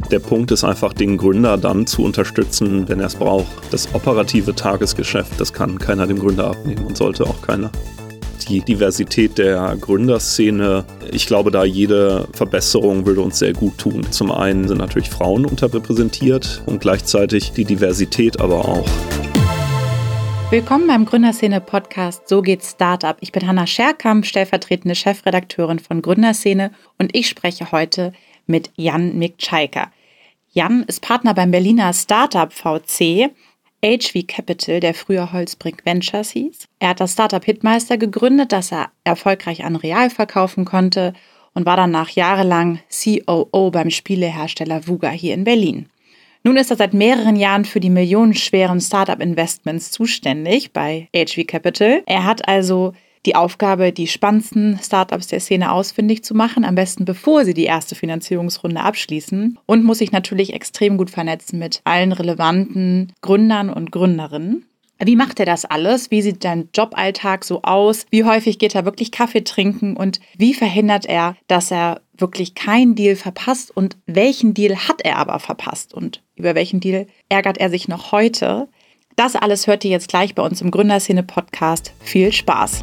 Der Punkt ist einfach, den Gründer dann zu unterstützen, wenn er es braucht. Das operative Tagesgeschäft, das kann keiner dem Gründer abnehmen und sollte auch keiner. Die Diversität der Gründerszene, ich glaube, da jede Verbesserung würde uns sehr gut tun. Zum einen sind natürlich Frauen unterrepräsentiert und gleichzeitig die Diversität aber auch. Willkommen beim Gründerszene-Podcast So geht's Startup. Ich bin Hanna Scherkamp, stellvertretende Chefredakteurin von Gründerszene und ich spreche heute mit Jan Mikczajka. Jan ist Partner beim Berliner Startup VC, HV Capital, der früher Holzbrink Ventures hieß. Er hat das Startup Hitmeister gegründet, das er erfolgreich an Real verkaufen konnte und war danach jahrelang COO beim Spielehersteller VUGA hier in Berlin. Nun ist er seit mehreren Jahren für die millionenschweren Startup-Investments zuständig bei HV Capital. Er hat also die Aufgabe, die spannendsten Startups der Szene ausfindig zu machen, am besten bevor sie die erste Finanzierungsrunde abschließen und muss sich natürlich extrem gut vernetzen mit allen relevanten Gründern und Gründerinnen. Wie macht er das alles? Wie sieht dein Joballtag so aus? Wie häufig geht er wirklich Kaffee trinken? Und wie verhindert er, dass er wirklich keinen Deal verpasst? Und welchen Deal hat er aber verpasst? Und über welchen Deal ärgert er sich noch heute? Das alles hört ihr jetzt gleich bei uns im Gründerszene-Podcast. Viel Spaß!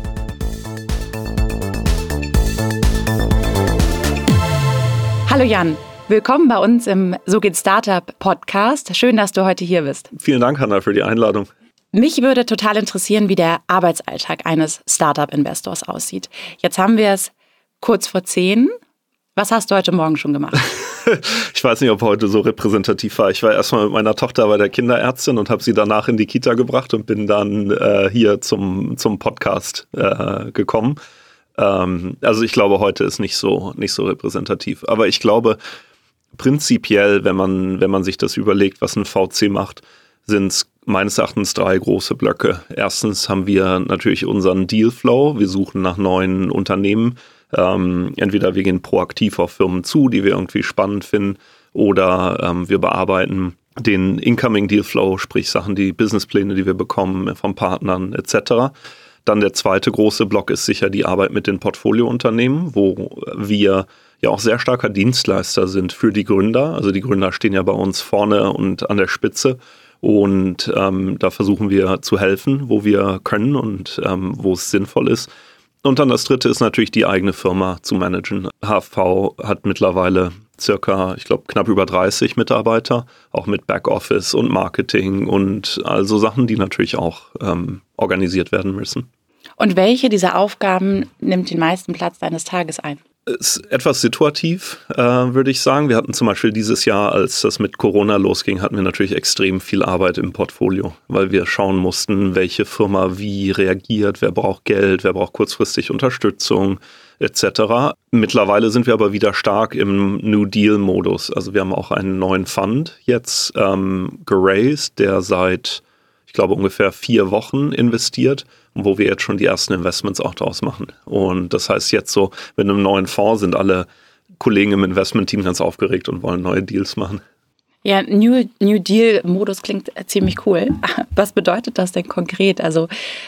Hallo Jan, willkommen bei uns im So geht's Startup Podcast. Schön, dass du heute hier bist. Vielen Dank, Hanna, für die Einladung. Mich würde total interessieren, wie der Arbeitsalltag eines Startup-Investors aussieht. Jetzt haben wir es kurz vor 10. Was hast du heute Morgen schon gemacht? Ich weiß nicht, ob heute so repräsentativ war. Ich war erstmal mit meiner Tochter bei der Kinderärztin und habe sie danach in die Kita gebracht und bin dann hier zum Podcast gekommen. Also ich glaube, heute ist nicht so repräsentativ. Aber ich glaube, prinzipiell, wenn man sich das überlegt, was ein VC macht, sind es meines Erachtens 3 große Blöcke. Erstens haben wir natürlich unseren Dealflow. Wir suchen nach neuen Unternehmen. Entweder wir gehen proaktiv auf Firmen zu, die wir irgendwie spannend finden, oder wir bearbeiten den Incoming Dealflow, sprich Sachen, die Businesspläne, die wir bekommen von Partnern etc. Dann der zweite große Block ist sicher die Arbeit mit den Portfoliounternehmen, wo wir ja auch sehr starker Dienstleister sind für die Gründer. Also die Gründer stehen ja bei uns vorne und an der Spitze und da versuchen wir zu helfen, wo wir können und wo es sinnvoll ist. Und dann das dritte ist natürlich die eigene Firma zu managen. HV hat mittlerweile circa, ich glaube, knapp über 30 Mitarbeiter, auch mit Backoffice und Marketing und also Sachen, die natürlich auch organisiert werden müssen. Und welche dieser Aufgaben nimmt den meisten Platz deines Tages ein? Ist etwas situativ, würde ich sagen. Wir hatten zum Beispiel dieses Jahr, als das mit Corona losging, hatten wir natürlich extrem viel Arbeit im Portfolio, weil wir schauen mussten, welche Firma wie reagiert, wer braucht Geld, wer braucht kurzfristig Unterstützung etc. Mittlerweile sind wir aber wieder stark im New Deal-Modus. Also wir haben auch einen neuen Fund jetzt geraced, der seit, ich glaube, ungefähr 4 Wochen investiert, wo wir jetzt schon die ersten Investments auch draus machen. Und das heißt jetzt so, mit einem neuen Fonds sind alle Kollegen im Investment-Team ganz aufgeregt und wollen neue Deals machen. Ja, New Deal-Modus klingt ziemlich cool. Was bedeutet das denn konkret? Also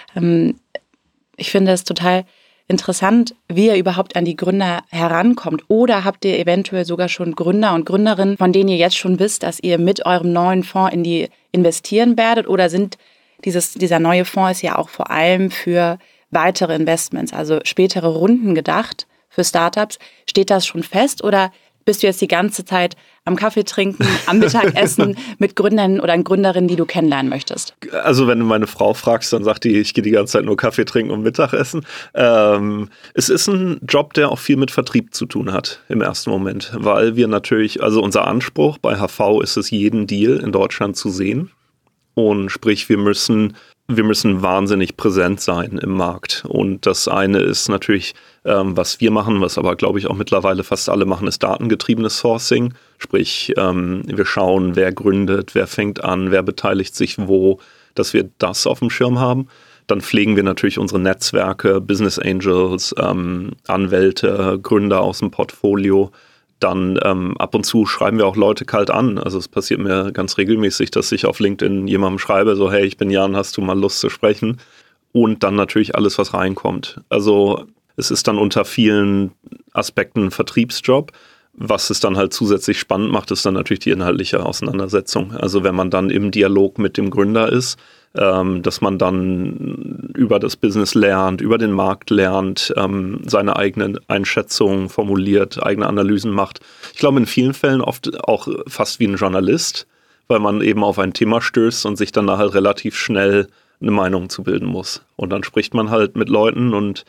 ich finde es total interessant, wie ihr überhaupt an die Gründer herankommt. Oder habt ihr eventuell sogar schon Gründer und Gründerinnen, von denen ihr jetzt schon wisst, dass ihr mit eurem neuen Fonds in die investieren werdet? Oder dieser neue Fonds ist ja auch vor allem für weitere Investments, also spätere Runden gedacht für Startups. Steht das schon fest oder bist du jetzt die ganze Zeit am Kaffee trinken, am Mittagessen mit Gründern oder Gründerinnen, die du kennenlernen möchtest? Also wenn du meine Frau fragst, dann sagt die, ich gehe die ganze Zeit nur Kaffee trinken und Mittagessen. Es ist ein Job, der auch viel mit Vertrieb zu tun hat im ersten Moment, weil wir natürlich, also unser Anspruch bei HV ist es, jeden Deal in Deutschland zu sehen. Und sprich, wir müssen wahnsinnig präsent sein im Markt. Und das eine ist natürlich, was wir machen, was aber, glaube ich, auch mittlerweile fast alle machen, ist datengetriebenes Sourcing. Sprich, wir schauen, wer gründet, wer fängt an, wer beteiligt sich wo, dass wir das auf dem Schirm haben. Dann pflegen wir natürlich unsere Netzwerke, Business Angels, Anwälte, Gründer aus dem Portfolio. Dann ab und zu schreiben wir auch Leute kalt an. Also es passiert mir ganz regelmäßig, dass ich auf LinkedIn jemandem schreibe, so hey, ich bin Jan, hast du mal Lust zu sprechen? Und dann natürlich alles, was reinkommt. Also es ist dann unter vielen Aspekten ein Vertriebsjob. Was es dann halt zusätzlich spannend macht, ist dann natürlich die inhaltliche Auseinandersetzung. Also wenn man dann im Dialog mit dem Gründer ist, dass man dann über das Business lernt, über den Markt lernt, seine eigenen Einschätzungen formuliert, eigene Analysen macht. Ich glaube in vielen Fällen oft auch fast wie ein Journalist, weil man eben auf ein Thema stößt und sich dann da halt relativ schnell eine Meinung zu bilden muss. Und dann spricht man halt mit Leuten und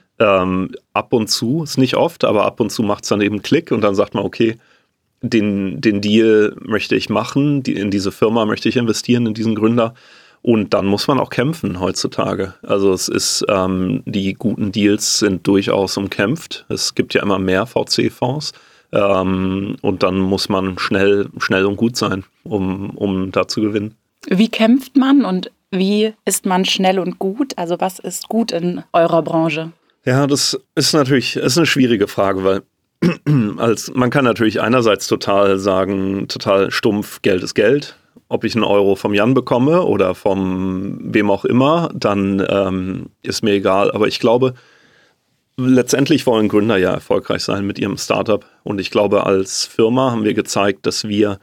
ab und zu, ist nicht oft, aber ab und zu macht es dann eben Klick und dann sagt man, okay, den Deal möchte ich machen, in diese Firma möchte ich investieren, in diesen Gründer. Und dann muss man auch kämpfen heutzutage. Also es ist, die guten Deals sind durchaus umkämpft. Es gibt ja immer mehr VC-Fonds. Und dann muss man schnell und gut sein, um da zu gewinnen. Wie kämpft man und wie ist man schnell und gut? Also was ist gut in eurer Branche? Ja, das ist natürlich eine schwierige Frage, weil man kann natürlich einerseits total sagen, total stumpf, Geld ist Geld. Ob ich einen Euro vom Jan bekomme oder vom wem auch immer, dann ist mir egal. Aber ich glaube, letztendlich wollen Gründer ja erfolgreich sein mit ihrem Startup. Und ich glaube, als Firma haben wir gezeigt, dass wir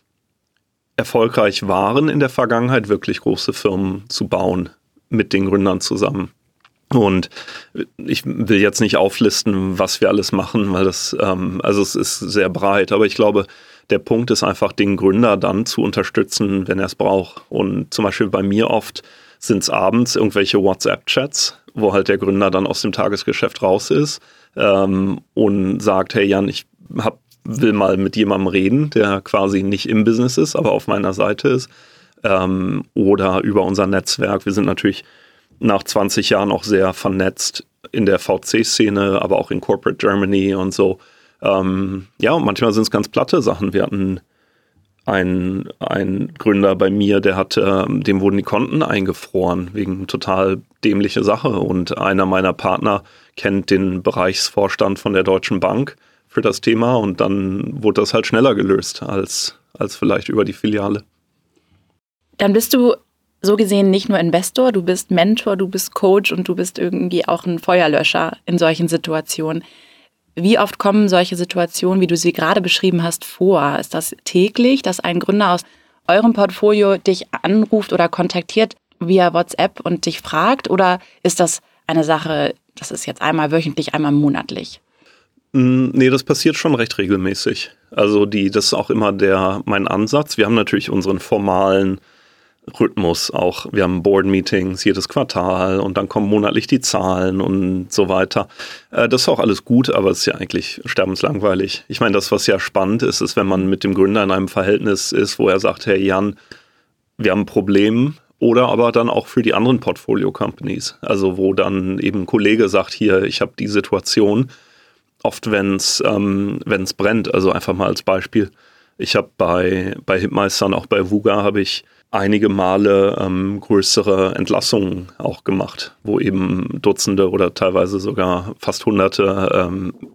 erfolgreich waren in der Vergangenheit, wirklich große Firmen zu bauen mit den Gründern zusammen. Und ich will jetzt nicht auflisten, was wir alles machen, weil also es ist sehr breit. Aber ich glaube, der Punkt ist einfach, den Gründer dann zu unterstützen, wenn er es braucht. Und zum Beispiel bei mir oft sind es abends irgendwelche WhatsApp-Chats, wo halt der Gründer dann aus dem Tagesgeschäft raus ist und sagt, hey Jan, ich will mal mit jemandem reden, der quasi nicht im Business ist, aber auf meiner Seite ist. Oder über unser Netzwerk. Wir sind natürlich nach 20 Jahren auch sehr vernetzt in der VC-Szene, aber auch in Corporate Germany und so. Und manchmal sind es ganz platte Sachen. Wir hatten einen Gründer bei mir, dem wurden die Konten eingefroren wegen total dämliche Sache. Und einer meiner Partner kennt den Bereichsvorstand von der Deutschen Bank für das Thema und dann wurde das halt schneller gelöst als vielleicht über die Filiale. Dann bist du so gesehen nicht nur Investor, du bist Mentor, du bist Coach und du bist irgendwie auch ein Feuerlöscher in solchen Situationen. Wie oft kommen solche Situationen, wie du sie gerade beschrieben hast, vor? Ist das täglich, dass ein Gründer aus eurem Portfolio dich anruft oder kontaktiert via WhatsApp und dich fragt? Oder ist das eine Sache, das ist jetzt einmal wöchentlich, einmal monatlich? Nee, das passiert schon recht regelmäßig. Also das ist auch immer mein Ansatz. Wir haben natürlich unseren formalen Rhythmus auch. Wir haben Board-Meetings jedes Quartal und dann kommen monatlich die Zahlen und so weiter. Das ist auch alles gut, aber es ist ja eigentlich sterbenslangweilig. Ich meine, das, was ja spannend ist, ist, wenn man mit dem Gründer in einem Verhältnis ist, wo er sagt, hey Jan, wir haben ein Problem, oder aber dann auch für die anderen Portfolio-Companies. Also wo dann eben ein Kollege sagt, hier, ich habe die Situation, oft wenn es brennt, also einfach mal als Beispiel. Ich habe bei Hitmeister und auch bei VUGA habe ich einige Male größere Entlassungen auch gemacht, wo eben Dutzende oder teilweise sogar fast Hunderte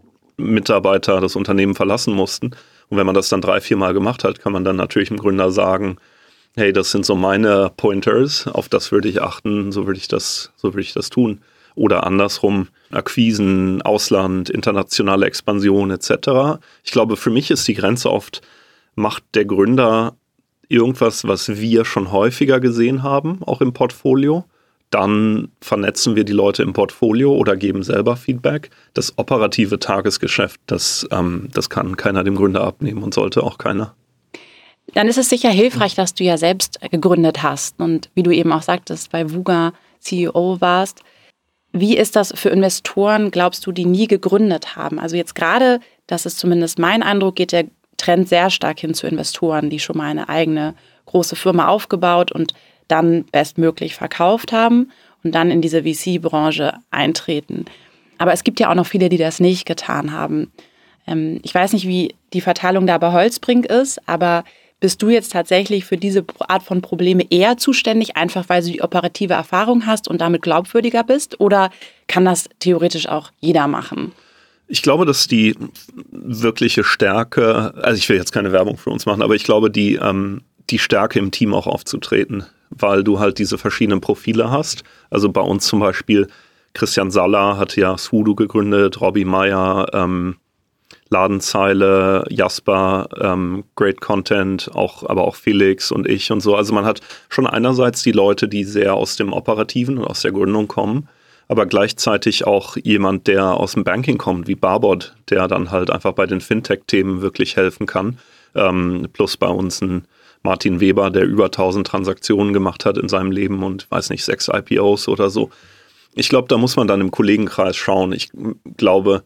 Mitarbeiter das Unternehmen verlassen mussten. Und wenn man das dann 3-4 Mal gemacht hat, kann man dann natürlich dem Gründer sagen, hey, das sind so meine Pointers, auf das würde ich achten, so würde ich das tun. Oder andersrum, Akquisen, Ausland, internationale Expansion etc. Ich glaube, für mich ist die Grenze oft, macht der Gründer irgendwas, was wir schon häufiger gesehen haben, auch im Portfolio. Dann vernetzen wir die Leute im Portfolio oder geben selber Feedback. Das operative Tagesgeschäft, das kann keiner dem Gründer abnehmen und sollte auch keiner. Dann ist es sicher hilfreich, dass du ja selbst gegründet hast und wie du eben auch sagtest, bei VUGA CEO warst. Wie ist das für Investoren, glaubst du, die nie gegründet haben? Also jetzt gerade, das ist zumindest mein Eindruck, geht der Trend sehr stark hin zu Investoren, die schon mal eine eigene große Firma aufgebaut und dann bestmöglich verkauft haben und dann in diese VC-Branche eintreten. Aber es gibt ja auch noch viele, die das nicht getan haben. Ich weiß nicht, wie die Verteilung da bei Holzbrink ist, aber bist du jetzt tatsächlich für diese Art von Probleme eher zuständig, einfach weil du die operative Erfahrung hast und damit glaubwürdiger bist? Oder kann das theoretisch auch jeder machen? Ich glaube, dass die wirkliche Stärke, also ich will jetzt keine Werbung für uns machen, aber ich glaube, die Stärke im Team auch aufzutreten, weil du halt diese verschiedenen Profile hast. Also bei uns zum Beispiel Christian Saller hat ja Sudo gegründet, Robbie Meyer, Ladenzeile, Jasper, Great Content, aber auch Felix und ich und so. Also man hat schon einerseits die Leute, die sehr aus dem Operativen und aus der Gründung kommen, aber gleichzeitig auch jemand, der aus dem Banking kommt, wie Barbot, der dann halt einfach bei den Fintech-Themen wirklich helfen kann. Plus bei uns ein Martin Weber, der über 1000 Transaktionen gemacht hat in seinem Leben und, weiß nicht, 6 IPOs oder so. Ich glaube, da muss man dann im Kollegenkreis schauen. Ich glaube,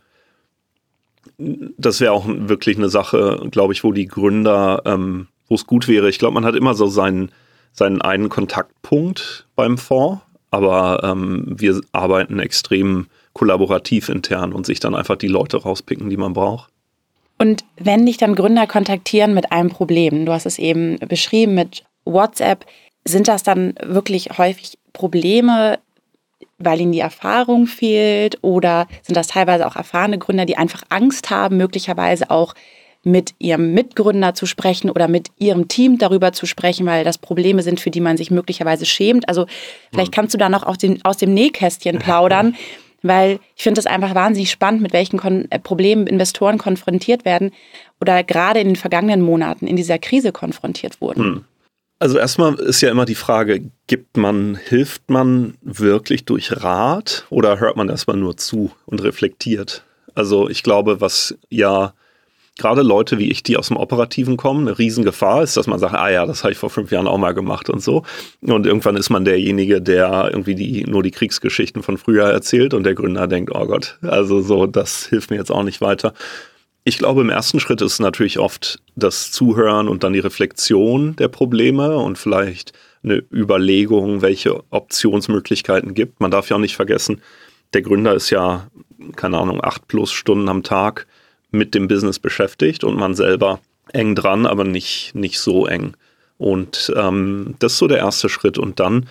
das wäre auch wirklich eine Sache, glaube ich, wo die Gründer, wo es gut wäre. Ich glaube, man hat immer so seinen einen Kontaktpunkt beim Fonds, aber wir arbeiten extrem kollaborativ intern und sich dann einfach die Leute rauspicken, die man braucht. Und wenn dich dann Gründer kontaktieren mit einem Problem, du hast es eben beschrieben mit WhatsApp, sind das dann wirklich häufig Probleme, weil ihnen die Erfahrung fehlt, oder sind das teilweise auch erfahrene Gründer, die einfach Angst haben, möglicherweise auch mit ihrem Mitgründer zu sprechen oder mit ihrem Team darüber zu sprechen, weil das Probleme sind, für die man sich möglicherweise schämt? Also vielleicht kannst du da noch aus dem Nähkästchen plaudern, weil ich finde es einfach wahnsinnig spannend, mit welchen Problemen Investoren konfrontiert werden oder gerade in den vergangenen Monaten in dieser Krise konfrontiert wurden. Also erstmal ist ja immer die Frage, hilft man wirklich durch Rat oder hört man erstmal nur zu und reflektiert? Also ich glaube, was ja gerade Leute wie ich, die aus dem Operativen kommen, eine Riesengefahr ist, dass man sagt, das habe ich vor 5 Jahren auch mal gemacht und so. Und irgendwann ist man derjenige, der irgendwie nur die Kriegsgeschichten von früher erzählt und der Gründer denkt, oh Gott, also so, das hilft mir jetzt auch nicht weiter. Ich glaube, im ersten Schritt ist natürlich oft das Zuhören und dann die Reflexion der Probleme und vielleicht eine Überlegung, welche Optionsmöglichkeiten gibt. Man darf ja auch nicht vergessen, der Gründer ist ja, keine Ahnung, 8+ Stunden am Tag mit dem Business beschäftigt und man selber eng dran, aber nicht so eng. Und das ist so der erste Schritt. Und dann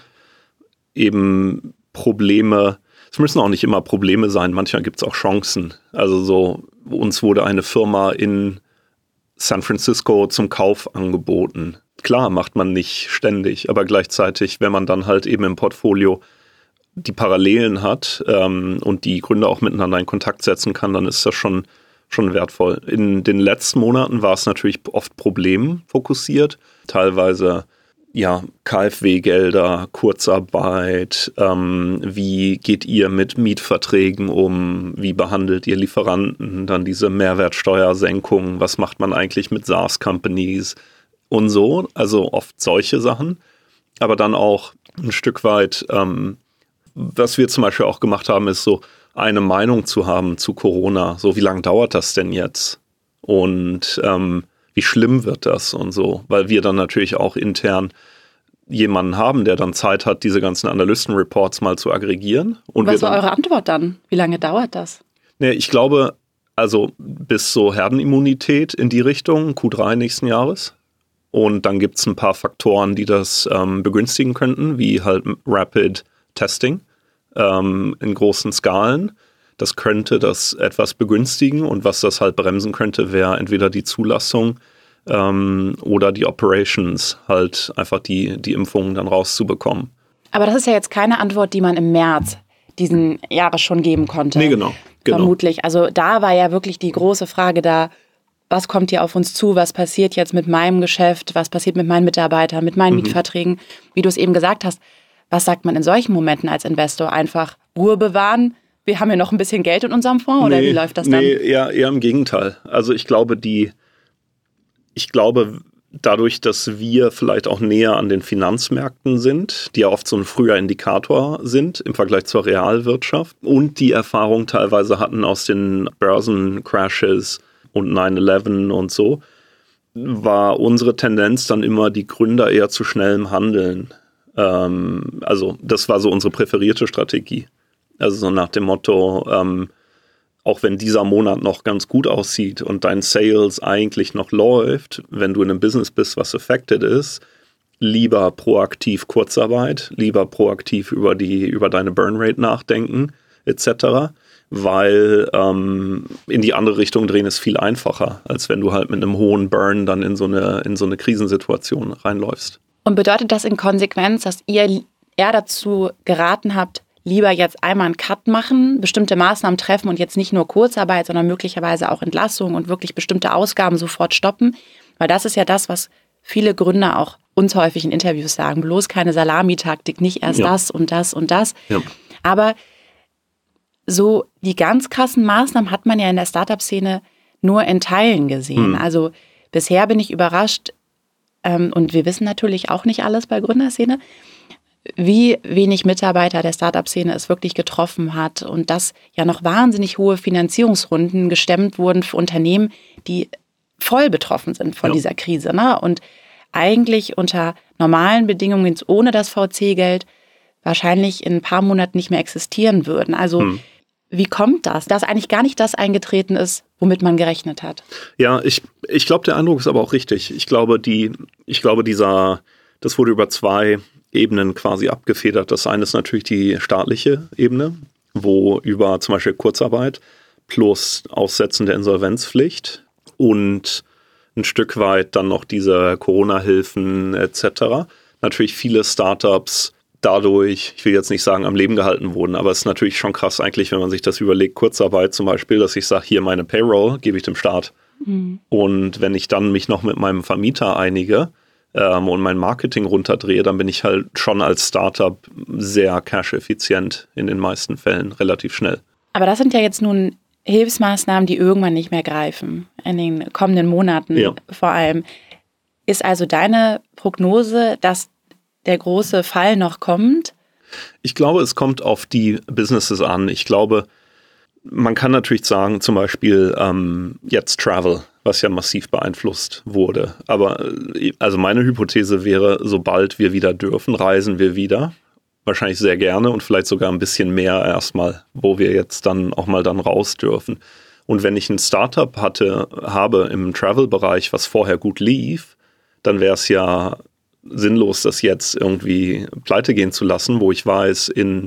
eben Probleme. Es müssen auch nicht immer Probleme sein, manchmal gibt es auch Chancen. Also so, uns wurde eine Firma in San Francisco zum Kauf angeboten. Klar, macht man nicht ständig, aber gleichzeitig, wenn man dann halt eben im Portfolio die Parallelen hat und die Gründer auch miteinander in Kontakt setzen kann, dann ist das schon wertvoll. In den letzten Monaten war es natürlich oft problemfokussiert, teilweise KfW-Gelder, Kurzarbeit, wie geht ihr mit Mietverträgen um, wie behandelt ihr Lieferanten, dann diese Mehrwertsteuersenkung, was macht man eigentlich mit SaaS-Companies und so, also oft solche Sachen, aber dann auch ein Stück weit, was wir zum Beispiel auch gemacht haben, ist so eine Meinung zu haben zu Corona, so wie lange dauert das denn jetzt und wie schlimm wird das und so, weil wir dann natürlich auch intern jemanden haben, der dann Zeit hat, diese ganzen Analysten-Reports mal zu aggregieren. Und was war eure Antwort dann? Wie lange dauert das? Ich glaube, also bis so Herdenimmunität in die Richtung, Q3 nächsten Jahres. Und dann gibt es ein paar Faktoren, die das begünstigen könnten, wie halt Rapid Testing in großen Skalen. Das könnte das etwas begünstigen und was das halt bremsen könnte, wäre entweder die Zulassung oder die Operations, halt einfach die Impfungen dann rauszubekommen. Aber das ist ja jetzt keine Antwort, die man im März diesen Jahres schon geben konnte. Nee, genau. Vermutlich. Also da war ja wirklich die große Frage da, was kommt hier auf uns zu, was passiert jetzt mit meinem Geschäft, was passiert mit meinen Mitarbeitern, mit meinen Mietverträgen. Wie du es eben gesagt hast, was sagt man in solchen Momenten als Investor? Einfach Ruhe bewahren? Wir haben ja noch ein bisschen Geld in unserem Fonds, oder wie läuft das dann? Nee, eher im Gegenteil. Also ich glaube, dadurch, dass wir vielleicht auch näher an den Finanzmärkten sind, die ja oft so ein früher Indikator sind im Vergleich zur Realwirtschaft und die Erfahrung teilweise hatten aus den Börsencrashes und 9/11 und so, war unsere Tendenz dann immer, die Gründer eher zu schnellem Handeln. Also das war so unsere präferierte Strategie. Also so nach dem Motto, auch wenn dieser Monat noch ganz gut aussieht und dein Sales eigentlich noch läuft, wenn du in einem Business bist, was affected ist, lieber proaktiv Kurzarbeit, lieber proaktiv über deine Burnrate nachdenken, etc., weil in die andere Richtung drehen ist viel einfacher, als wenn du halt mit einem hohen Burn dann in so eine Krisensituation reinläufst. Und bedeutet das in Konsequenz, dass ihr eher dazu geraten habt, lieber jetzt einmal einen Cut machen, bestimmte Maßnahmen treffen und jetzt nicht nur Kurzarbeit, sondern möglicherweise auch Entlassung und wirklich bestimmte Ausgaben sofort stoppen? Weil das ist ja das, was viele Gründer auch uns häufig in Interviews sagen. Bloß keine Salamitaktik, nicht erst das und das und das. Ja. Aber so die ganz krassen Maßnahmen hat man ja in der Startup-Szene nur in Teilen gesehen. Also bisher bin ich überrascht, und wir wissen natürlich auch nicht alles bei Gründerszene, wie wenig Mitarbeiter der Startup-Szene es wirklich getroffen hat und dass ja noch wahnsinnig hohe Finanzierungsrunden gestemmt wurden für Unternehmen, die voll betroffen sind von dieser Krise. Ne? Und eigentlich unter normalen Bedingungen ohne das VC-Geld wahrscheinlich in ein paar Monaten nicht mehr existieren würden. Also wie kommt das, dass eigentlich gar nicht das eingetreten ist, womit man gerechnet hat? Ja, ich glaube, der Eindruck ist aber auch richtig. Ich glaube, das wurde über 2 Ebenen quasi abgefedert. Das eine ist natürlich die staatliche Ebene, wo über zum Beispiel Kurzarbeit plus Aussetzen der Insolvenzpflicht und ein Stück weit dann noch diese Corona-Hilfen etc. natürlich viele Startups dadurch, ich will jetzt nicht sagen, am Leben gehalten wurden, aber es ist natürlich schon krass eigentlich, wenn man sich das überlegt, Kurzarbeit zum Beispiel, dass ich sage, hier meine Payroll gebe ich dem Staat. Und wenn ich dann mich noch mit meinem Vermieter einige und mein Marketing runterdrehe, dann bin ich halt schon als Startup sehr cash-effizient in den meisten Fällen, relativ schnell. Aber das sind ja jetzt nun Hilfsmaßnahmen, die irgendwann nicht mehr greifen, in den kommenden Monaten vor allem. Ist also deine Prognose, dass der große Fall noch kommt? Ich glaube, es kommt auf die Businesses an. Ich glaube, man kann natürlich sagen, zum Beispiel jetzt Travel, was ja massiv beeinflusst wurde. Aber also meine Hypothese wäre, sobald wir wieder dürfen, reisen wir wieder. Wahrscheinlich sehr gerne und vielleicht sogar ein bisschen mehr erstmal, wo wir jetzt dann auch mal dann raus dürfen. Und wenn ich ein Startup habe im Travel-Bereich, was vorher gut lief, dann wäre es ja sinnlos, das jetzt irgendwie pleite gehen zu lassen, wo ich weiß, in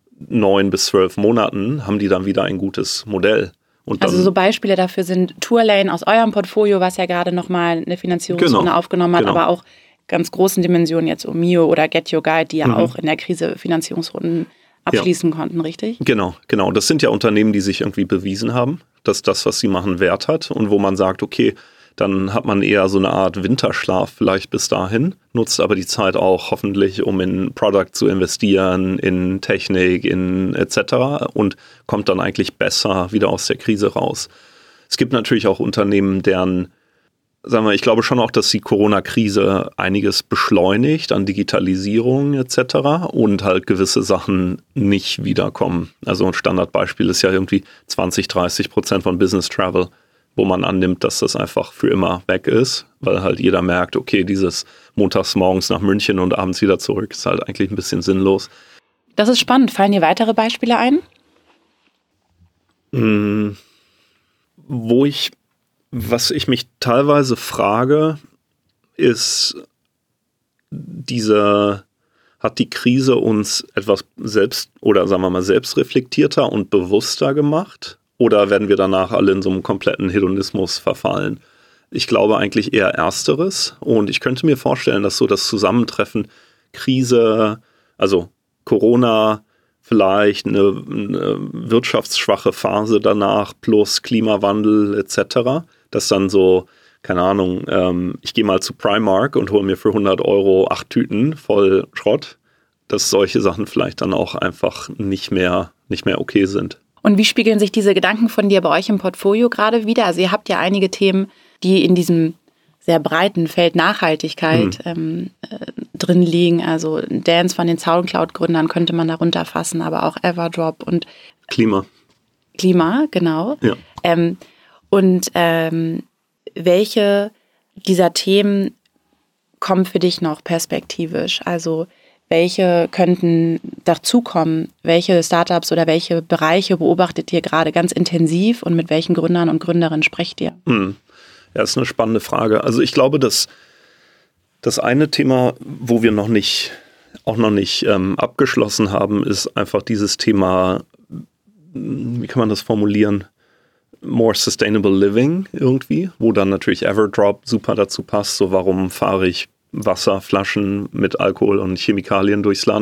9 bis 12 Monaten haben die dann wieder ein gutes Modell. Und dann, also so Beispiele dafür sind Tourlane aus eurem Portfolio, was ja gerade nochmal eine Finanzierungsrunde aufgenommen hat, aber auch ganz großen Dimensionen jetzt Omio oder Get Your Guide, die ja auch in der Krise Finanzierungsrunden abschließen konnten, richtig? Genau. Das sind ja Unternehmen, die sich irgendwie bewiesen haben, dass das, was sie machen, Wert hat und wo man sagt, okay, dann hat man eher so eine Art Winterschlaf vielleicht bis dahin, nutzt aber die Zeit auch hoffentlich, um in Product zu investieren, in Technik, in etc. und kommt dann eigentlich besser wieder aus der Krise raus. Es gibt natürlich auch Unternehmen, deren, sagen wir, ich glaube schon auch, dass die Corona-Krise einiges beschleunigt an Digitalisierung etc. und halt gewisse Sachen nicht wiederkommen. Also ein Standardbeispiel ist ja irgendwie 20-30% von Business Travel, wo man annimmt, dass das einfach für immer weg ist, weil halt jeder merkt, okay, dieses montags morgens nach München und abends wieder zurück ist halt eigentlich ein bisschen sinnlos. Das ist spannend. Fallen dir weitere Beispiele ein? Was ich mich teilweise frage, ist, hat die Krise uns etwas selbstreflektierter und bewusster gemacht? Oder werden wir danach alle in so einem kompletten Hedonismus verfallen? Ich glaube eigentlich eher Ersteres. Und ich könnte mir vorstellen, dass so das Zusammentreffen Krise, also Corona, vielleicht eine wirtschaftsschwache Phase danach plus Klimawandel etc., dass dann so, keine Ahnung, ich gehe mal zu Primark und hole mir für 100 € 8 Tüten voll Schrott, dass solche Sachen vielleicht dann auch einfach nicht mehr okay sind. Und wie spiegeln sich diese Gedanken von dir bei euch im Portfolio gerade wieder? Also ihr habt ja einige Themen, die in diesem sehr breiten Feld Nachhaltigkeit drin liegen. Also Dance von den Soundcloud-Gründern könnte man darunter fassen, aber auch Everdrop und Klima, genau. Ja. Welche dieser Themen kommen für dich noch perspektivisch? Also welche könnten dazukommen? Welche Startups oder welche Bereiche beobachtet ihr gerade ganz intensiv und mit welchen Gründern und Gründerinnen sprecht ihr? Ja, das ist eine spannende Frage. Also ich glaube, dass das eine Thema, wo wir noch nicht abgeschlossen haben, ist einfach dieses Thema, wie kann man das formulieren? More Sustainable Living irgendwie, wo dann natürlich Everdrop super dazu passt. So, warum fahre ich Wasserflaschen mit Alkohol und Chemikalien durchs Land,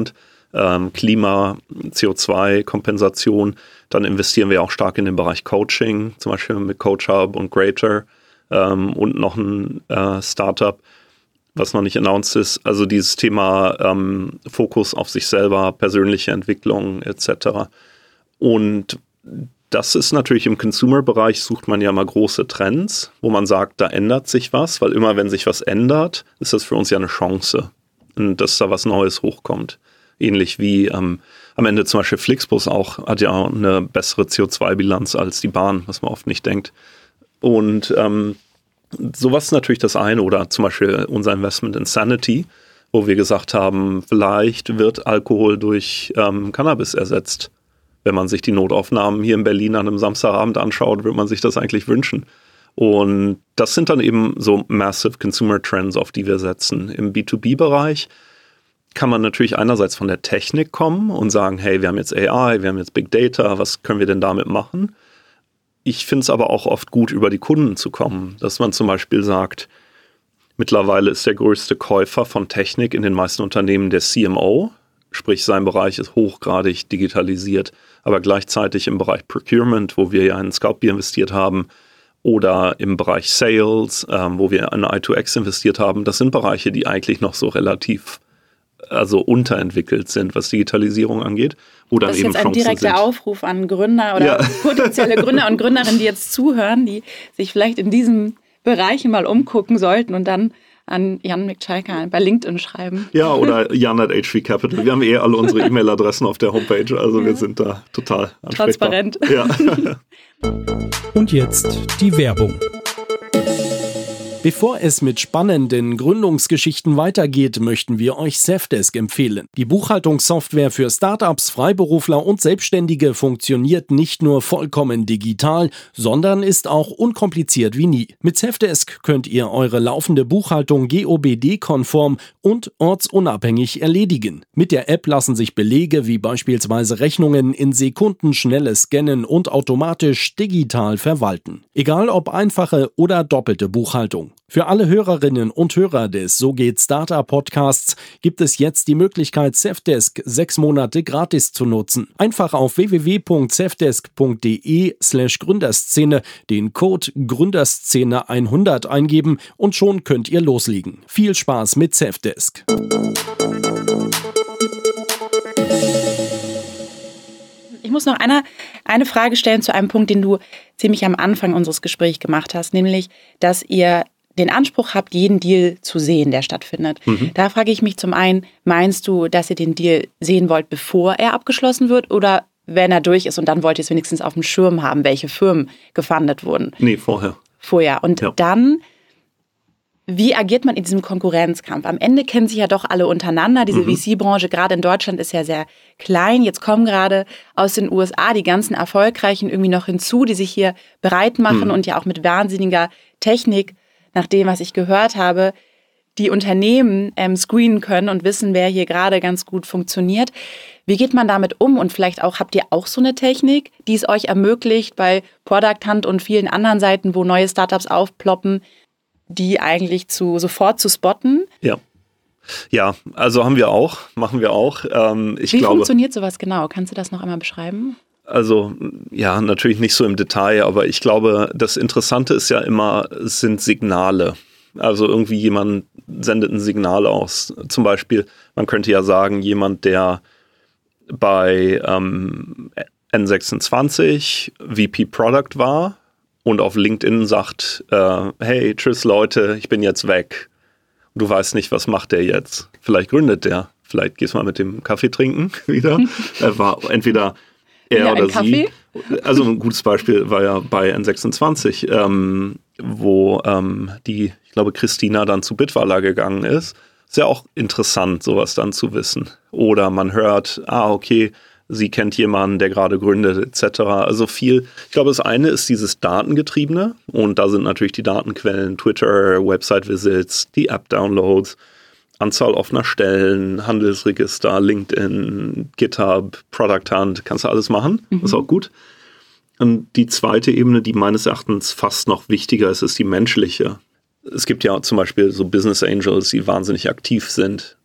Klima, CO2-Kompensation. Dann investieren wir auch stark in den Bereich Coaching, zum Beispiel mit CoachHub und Greater und noch ein Startup, was noch nicht announced ist. Also dieses Thema Fokus auf sich selber, persönliche Entwicklung etc. Und das ist natürlich im Consumer-Bereich, sucht man ja mal große Trends, wo man sagt, da ändert sich was, weil immer wenn sich was ändert, ist das für uns ja eine Chance, dass da was Neues hochkommt. Ähnlich wie am Ende zum Beispiel Flixbus auch, hat ja auch eine bessere CO2-Bilanz als die Bahn, was man oft nicht denkt. Und sowas ist natürlich das eine, oder zum Beispiel unser Investment in Sanity, wo wir gesagt haben, vielleicht wird Alkohol durch Cannabis ersetzt. Wenn man sich die Notaufnahmen hier in Berlin an einem Samstagabend anschaut, würde man sich das eigentlich wünschen. Und das sind dann eben so massive Consumer Trends, auf die wir setzen. Im B2B-Bereich kann man natürlich einerseits von der Technik kommen und sagen, hey, wir haben jetzt AI, wir haben jetzt Big Data, was können wir denn damit machen? Ich finde es aber auch oft gut, über die Kunden zu kommen, dass man zum Beispiel sagt, mittlerweile ist der größte Käufer von Technik in den meisten Unternehmen der CMO, sprich sein Bereich ist hochgradig digitalisiert, aber gleichzeitig im Bereich Procurement, wo wir ja in Scoutbeer investiert haben, oder im Bereich Sales, wo wir in i2X investiert haben, das sind Bereiche, die eigentlich noch so relativ unterentwickelt sind, was Digitalisierung angeht. Oder das ist eben jetzt ein direkter Aufruf an Gründer oder potenzielle Gründer und Gründerinnen, die jetzt zuhören, die sich vielleicht in diesen Bereichen mal umgucken sollten und dann an Jan Mikczajka bei LinkedIn schreiben. Ja, oder Jan@HV Capital. Wir haben alle unsere E-Mail-Adressen auf der Homepage, also wir sind da total transparent. Ja. Und jetzt die Werbung. Bevor es mit spannenden Gründungsgeschichten weitergeht, möchten wir euch Safdesk empfehlen. Die Buchhaltungssoftware für Startups, Freiberufler und Selbstständige funktioniert nicht nur vollkommen digital, sondern ist auch unkompliziert wie nie. Mit Safdesk könnt ihr eure laufende Buchhaltung GOBD-konform und ortsunabhängig erledigen. Mit der App lassen sich Belege wie beispielsweise Rechnungen in sekundenschnelles Scannen und automatisch digital verwalten. Egal ob einfache oder doppelte Buchhaltung. Für alle Hörerinnen und Hörer des So geht Startup Podcasts gibt es jetzt die Möglichkeit, Safdesk 6 Monate gratis zu nutzen. Einfach auf www.safdesk.de/Gründerszene den Code Gründerszene100 eingeben und schon könnt ihr loslegen. Viel Spaß mit Safdesk. Ich muss noch eine Frage stellen zu einem Punkt, den du ziemlich am Anfang unseres Gesprächs gemacht hast, nämlich, dass ihr den Anspruch habt, jeden Deal zu sehen, der stattfindet. Da frage ich mich zum einen, meinst du, dass ihr den Deal sehen wollt, bevor er abgeschlossen wird oder wenn er durch ist und dann wollt ihr es wenigstens auf dem Schirm haben, welche Firmen gefundet wurden? Nee, vorher. Und dann, wie agiert man in diesem Konkurrenzkampf? Am Ende kennen sich ja doch alle untereinander. Diese VC-Branche, gerade in Deutschland, ist ja sehr klein. Jetzt kommen gerade aus den USA die ganzen Erfolgreichen irgendwie noch hinzu, die sich hier bereit machen und ja auch mit wahnsinniger Technik, nach dem, was ich gehört habe, die Unternehmen screenen können und wissen, wer hier gerade ganz gut funktioniert. Wie geht man damit um? Und vielleicht auch, habt ihr auch so eine Technik, die es euch ermöglicht, bei Product Hunt und vielen anderen Seiten, wo neue Startups aufploppen, die eigentlich sofort zu spotten? Ja, also machen wir auch. Wie funktioniert sowas genau? Kannst du das noch einmal beschreiben? Also ja, natürlich nicht so im Detail, aber ich glaube, das Interessante ist ja immer, es sind Signale. Also irgendwie jemand sendet ein Signal aus. Zum Beispiel, man könnte ja sagen, jemand, der bei N26 VP Product war und auf LinkedIn sagt, hey, tschüss Leute, ich bin jetzt weg. Und du weißt nicht, was macht der jetzt? Vielleicht gründet der. Vielleicht gehst du mal mit dem Kaffee trinken wieder. Er war entweder er oder sie. Also ein gutes Beispiel war ja bei N26, wo ich glaube, Christina dann zu Bitwala gegangen ist. Ist ja auch interessant, sowas dann zu wissen. Oder man hört, okay, sie kennt jemanden, der gerade gründet, etc. Also viel. Ich glaube, das eine ist dieses Datengetriebene. Und da sind natürlich die Datenquellen, Twitter, Website-Visits, die App-Downloads, Anzahl offener Stellen, Handelsregister, LinkedIn, GitHub, Product Hunt, kannst du alles machen. Das ist auch gut. Und die zweite Ebene, die meines Erachtens fast noch wichtiger ist, ist die menschliche. Es gibt ja zum Beispiel so Business Angels, die wahnsinnig aktiv sind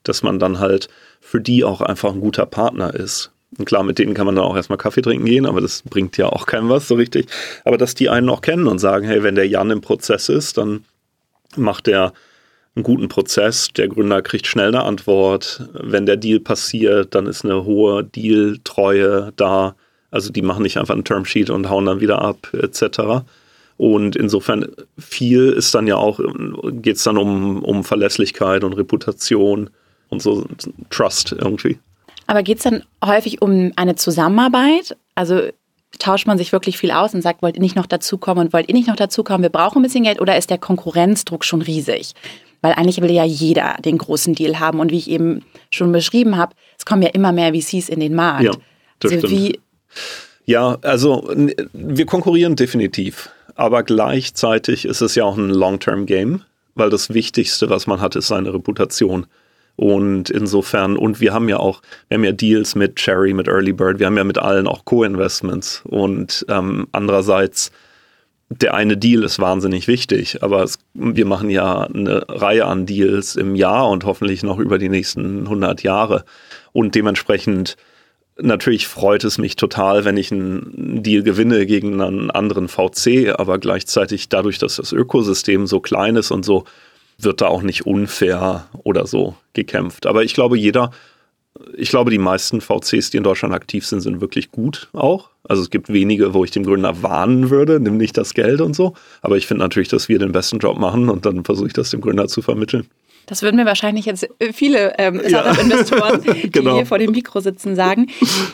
dass man dann halt für die auch einfach ein guter Partner ist. Und klar, mit denen kann man dann auch erstmal Kaffee trinken gehen, aber das bringt ja auch keinem was so richtig. Aber dass die einen auch kennen und sagen, hey, wenn der Jan im Prozess ist, dann macht der einen guten Prozess. Der Gründer kriegt schnell eine Antwort. Wenn der Deal passiert, dann ist eine hohe Deal-Treue da. Also die machen nicht einfach ein Termsheet und hauen dann wieder ab, etc. Und insofern viel ist dann ja auch, geht es dann um Verlässlichkeit und Reputation und so Trust irgendwie. Aber geht es dann häufig um eine Zusammenarbeit? Also tauscht man sich wirklich viel aus und sagt, wollt ihr nicht noch dazukommen und wollt ihr nicht noch dazukommen, wir brauchen ein bisschen Geld, oder ist der Konkurrenzdruck schon riesig? Weil eigentlich will ja jeder den großen Deal haben und wie ich eben schon beschrieben habe, es kommen ja immer mehr VCs in den Markt. Ja, das stimmt. Ja, also wir konkurrieren definitiv, aber gleichzeitig ist es ja auch ein Long-Term-Game, weil das Wichtigste, was man hat, ist seine Reputation. Und insofern, und wir haben ja Deals mit Cherry, mit Early Bird, wir haben ja mit allen auch Co-Investments und andererseits, der eine Deal ist wahnsinnig wichtig, aber wir machen ja eine Reihe an Deals im Jahr und hoffentlich noch über die nächsten 100 Jahre und dementsprechend natürlich freut es mich total, wenn ich einen Deal gewinne gegen einen anderen VC, aber gleichzeitig dadurch, dass das Ökosystem so klein ist und so, wird da auch nicht unfair oder so gekämpft. Aber ich glaube, die meisten VCs, die in Deutschland aktiv sind, sind wirklich gut auch. Also es gibt wenige, wo ich dem Gründer warnen würde, nimm nicht das Geld und so. Aber ich finde natürlich, dass wir den besten Job machen und dann versuche ich das dem Gründer zu vermitteln. Das würden mir wahrscheinlich jetzt viele Startup-Investoren, die hier vor dem Mikro sitzen, sagen.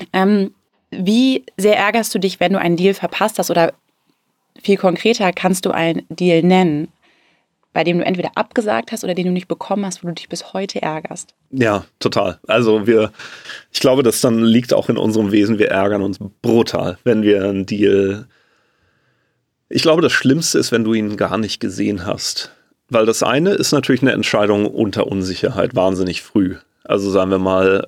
Wie sehr ärgerst du dich, wenn du einen Deal verpasst hast? Oder viel konkreter, kannst du einen Deal nennen, bei dem du entweder abgesagt hast oder den du nicht bekommen hast, wo du dich bis heute ärgerst? Ja, total. Also ich glaube, das dann liegt auch in unserem Wesen, wir ärgern uns brutal, wenn wir einen Deal... Ich glaube, das Schlimmste ist, wenn du ihn gar nicht gesehen hast. Weil das eine ist natürlich eine Entscheidung unter Unsicherheit, wahnsinnig früh. Also sagen wir mal,